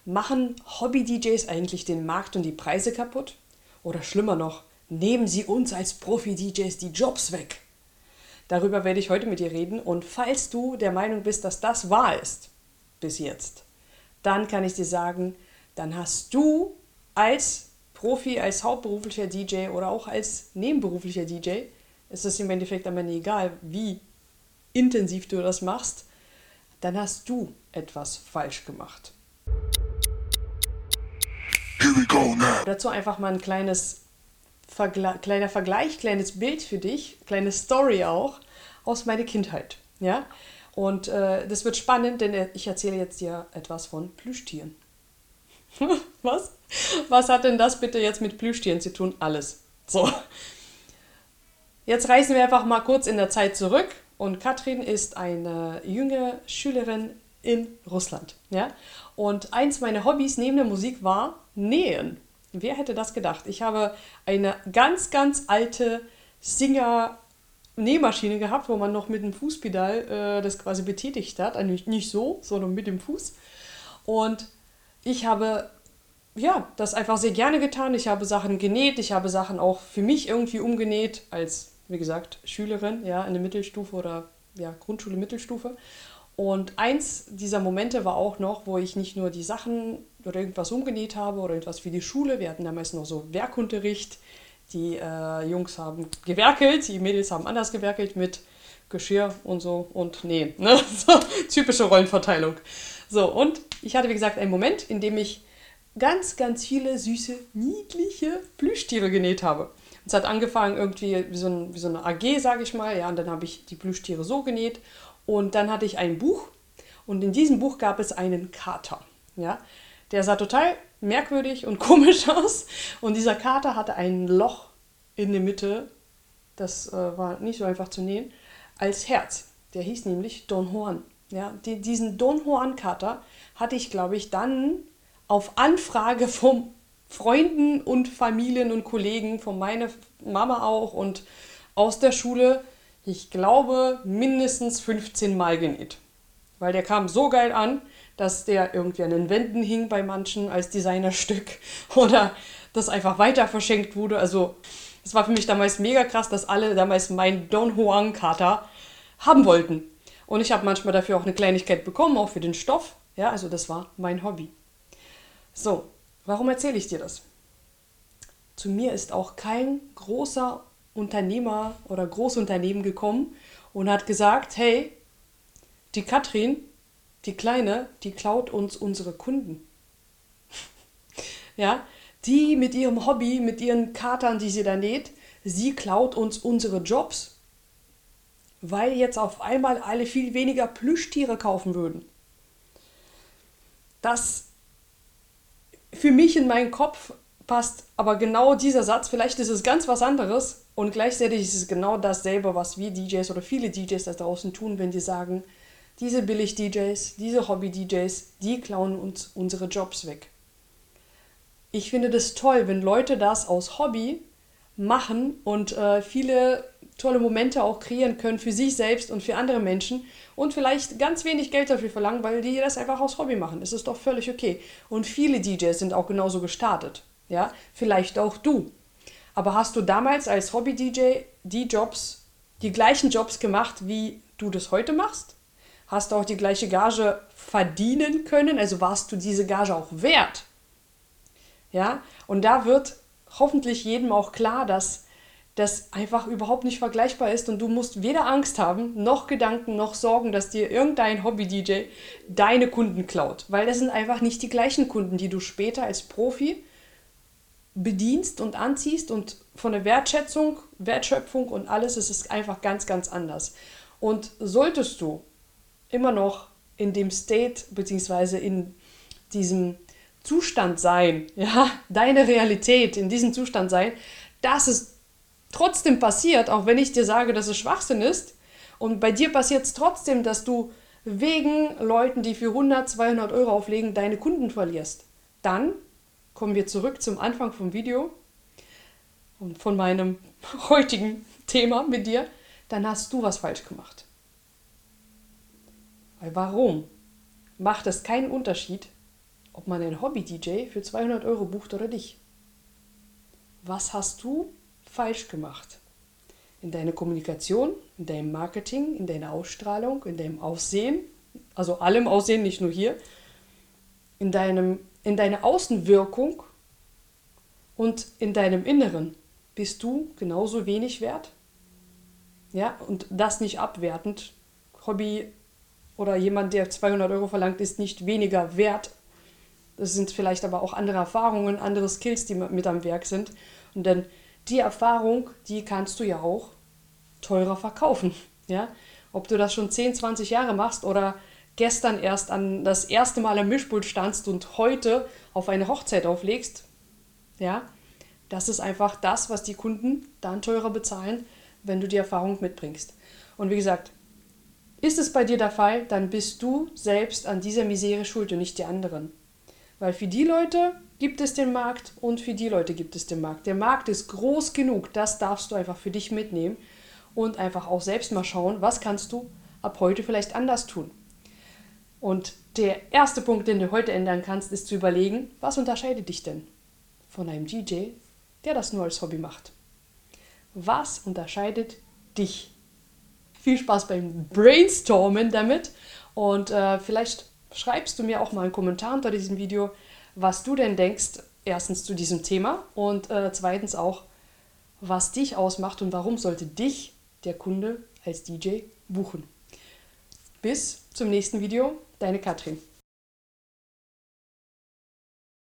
Machen Hobby-DJs eigentlich den Markt und die Preise kaputt? Oder schlimmer noch, nehmen sie uns als Profi-DJs die Jobs weg? Darüber werde ich heute mit dir reden und falls du der Meinung bist, dass das wahr ist, bis jetzt, dann kann ich dir sagen, dann hast du als Profi, als hauptberuflicher DJ oder auch als nebenberuflicher DJ, es ist im Endeffekt am Ende egal, wie intensiv du das machst, dann hast du etwas falsch gemacht. Here we go now. Dazu einfach mal ein kleiner Vergleich, kleines Bild für dich, kleine Story auch aus meiner Kindheit. Ja? Und das wird spannend, denn ich erzähle jetzt dir etwas von Plüschtieren. Was? Was hat denn das bitte jetzt mit Plüschtieren zu tun? Alles. So. Jetzt reisen wir einfach mal kurz in der Zeit zurück. Und Katrin ist eine junge Schülerin in Russland. Ja? Und eins meiner Hobbys neben der Musik war Nähen. Wer hätte das gedacht? Ich habe eine ganz, ganz alte Singer-Nähmaschine gehabt, wo man noch mit dem Fußpedal das quasi betätigt hat. Also nicht so, sondern mit dem Fuß. Und ich habe das einfach sehr gerne getan. Ich habe Sachen genäht, ich habe Sachen auch für mich irgendwie umgenäht, als, wie gesagt, Schülerin, ja, in der Mittelstufe oder ja, Grundschule, Mittelstufe. Und eins dieser Momente war auch noch, wo ich nicht nur die Sachen oder irgendwas umgenäht habe oder etwas für die Schule. Wir hatten damals noch so Werkunterricht. Die Jungs haben gewerkelt, die Mädels haben anders gewerkelt mit Geschirr und so und Nähen. Ne? So, typische Rollenverteilung. So, und ich hatte, wie gesagt, einen Moment, in dem ich ganz, ganz viele süße, niedliche Plüschtiere genäht habe. Es hat angefangen irgendwie wie so eine AG, sage ich mal. Ja, und dann habe ich die Plüschtiere so genäht. Und dann hatte ich ein Buch. Und in diesem Buch gab es einen Kater. Ja, der sah total merkwürdig und komisch aus. Und dieser Kater hatte ein Loch in der Mitte. Das war nicht so einfach zu nähen. Als Herz. Der hieß nämlich Don Juan. Ja, diesen Don Juan-Kater hatte ich, glaube ich, dann auf Anfrage von Freunden und Familien und Kollegen, von meiner Mama auch und aus der Schule, ich glaube, mindestens 15 Mal genäht. Weil der kam so geil an, dass der irgendwie an den Wänden hing bei manchen als Designerstück oder das einfach weiter verschenkt wurde. Also es war für mich damals mega krass, dass alle damals meinen Don Juan Kater haben wollten. Und ich habe manchmal dafür auch eine Kleinigkeit bekommen, auch für den Stoff. Ja, also das war mein Hobby. So, warum erzähle ich dir das? Zu mir ist auch kein großer Unternehmer oder Großunternehmen gekommen und hat gesagt, hey, die Katrin, die Kleine, die klaut uns unsere Kunden. Ja, die mit ihrem Hobby, mit ihren Katern, die sie da näht, sie klaut uns unsere Jobs. Weil jetzt auf einmal alle viel weniger Plüschtiere kaufen würden. Das für mich in meinen Kopf passt aber genau dieser Satz, vielleicht ist es ganz was anderes und gleichzeitig ist es genau dasselbe, was wir DJs oder viele DJs da draußen tun, wenn die sagen, diese Billig-DJs, diese Hobby-DJs, die klauen uns unsere Jobs weg. Ich finde das toll, wenn Leute das aus Hobby machen und viele tolle Momente auch kreieren können für sich selbst und für andere Menschen und vielleicht ganz wenig Geld dafür verlangen, weil die das einfach aus Hobby machen. Es ist doch völlig okay. Und viele DJs sind auch genauso gestartet. Ja, vielleicht auch du. Aber hast du damals als Hobby-DJ die gleichen Jobs gemacht, wie du das heute machst? Hast du auch die gleiche Gage verdienen können? Also warst du diese Gage auch wert? Ja, und da wird hoffentlich jedem auch klar, dass das einfach überhaupt nicht vergleichbar ist und du musst weder Angst haben, noch Gedanken, noch Sorgen, dass dir irgendein Hobby-DJ deine Kunden klaut. Weil das sind einfach nicht die gleichen Kunden, die du später als Profi bedienst und anziehst und von der Wertschöpfung und alles ist es einfach ganz, ganz anders. Und solltest du immer noch in dem State beziehungsweise in diesem Zustand sein, ja, deine Realität in diesem Zustand sein, dass es trotzdem passiert, auch wenn ich dir sage, dass es Schwachsinn ist und bei dir passiert es trotzdem, dass du wegen Leuten, die für 100, 200 Euro auflegen, deine Kunden verlierst. Dann kommen wir zurück zum Anfang vom Video und von meinem heutigen Thema mit dir, dann hast du was falsch gemacht. Weil warum macht es keinen Unterschied, ob man einen Hobby-DJ für 200 Euro bucht oder nicht. Was hast du falsch gemacht? In deiner Kommunikation, in deinem Marketing, in deiner Ausstrahlung, in deinem Aussehen, also allem Aussehen, nicht nur hier, in deiner Außenwirkung und in deinem Inneren. Bist du genauso wenig wert? Ja, und das nicht abwertend. Hobby oder jemand, der 200 Euro verlangt, ist nicht weniger wert. Das sind vielleicht aber auch andere Erfahrungen, andere Skills, die mit am Werk sind. Und dann die Erfahrung, die kannst du ja auch teurer verkaufen. Ja? Ob du das schon 10, 20 Jahre machst oder gestern erst an das erste Mal am Mischpult standst und heute auf eine Hochzeit auflegst, ja, das ist einfach das, was die Kunden dann teurer bezahlen, wenn du die Erfahrung mitbringst. Und wie gesagt, ist es bei dir der Fall, dann bist du selbst an dieser Misere schuld und nicht die anderen. Weil für die Leute gibt es den Markt und für die Leute gibt es den Markt. Der Markt ist groß genug, das darfst du einfach für dich mitnehmen und einfach auch selbst mal schauen, was kannst du ab heute vielleicht anders tun. Und der erste Punkt, den du heute ändern kannst, ist zu überlegen, was unterscheidet dich denn von einem DJ, der das nur als Hobby macht? Was unterscheidet dich? Viel Spaß beim Brainstormen damit und vielleicht schreibst du mir auch mal einen Kommentar unter diesem Video, was du denn denkst, erstens zu diesem Thema und zweitens auch, was dich ausmacht und warum sollte dich der Kunde als DJ buchen. Bis zum nächsten Video, deine Katrin.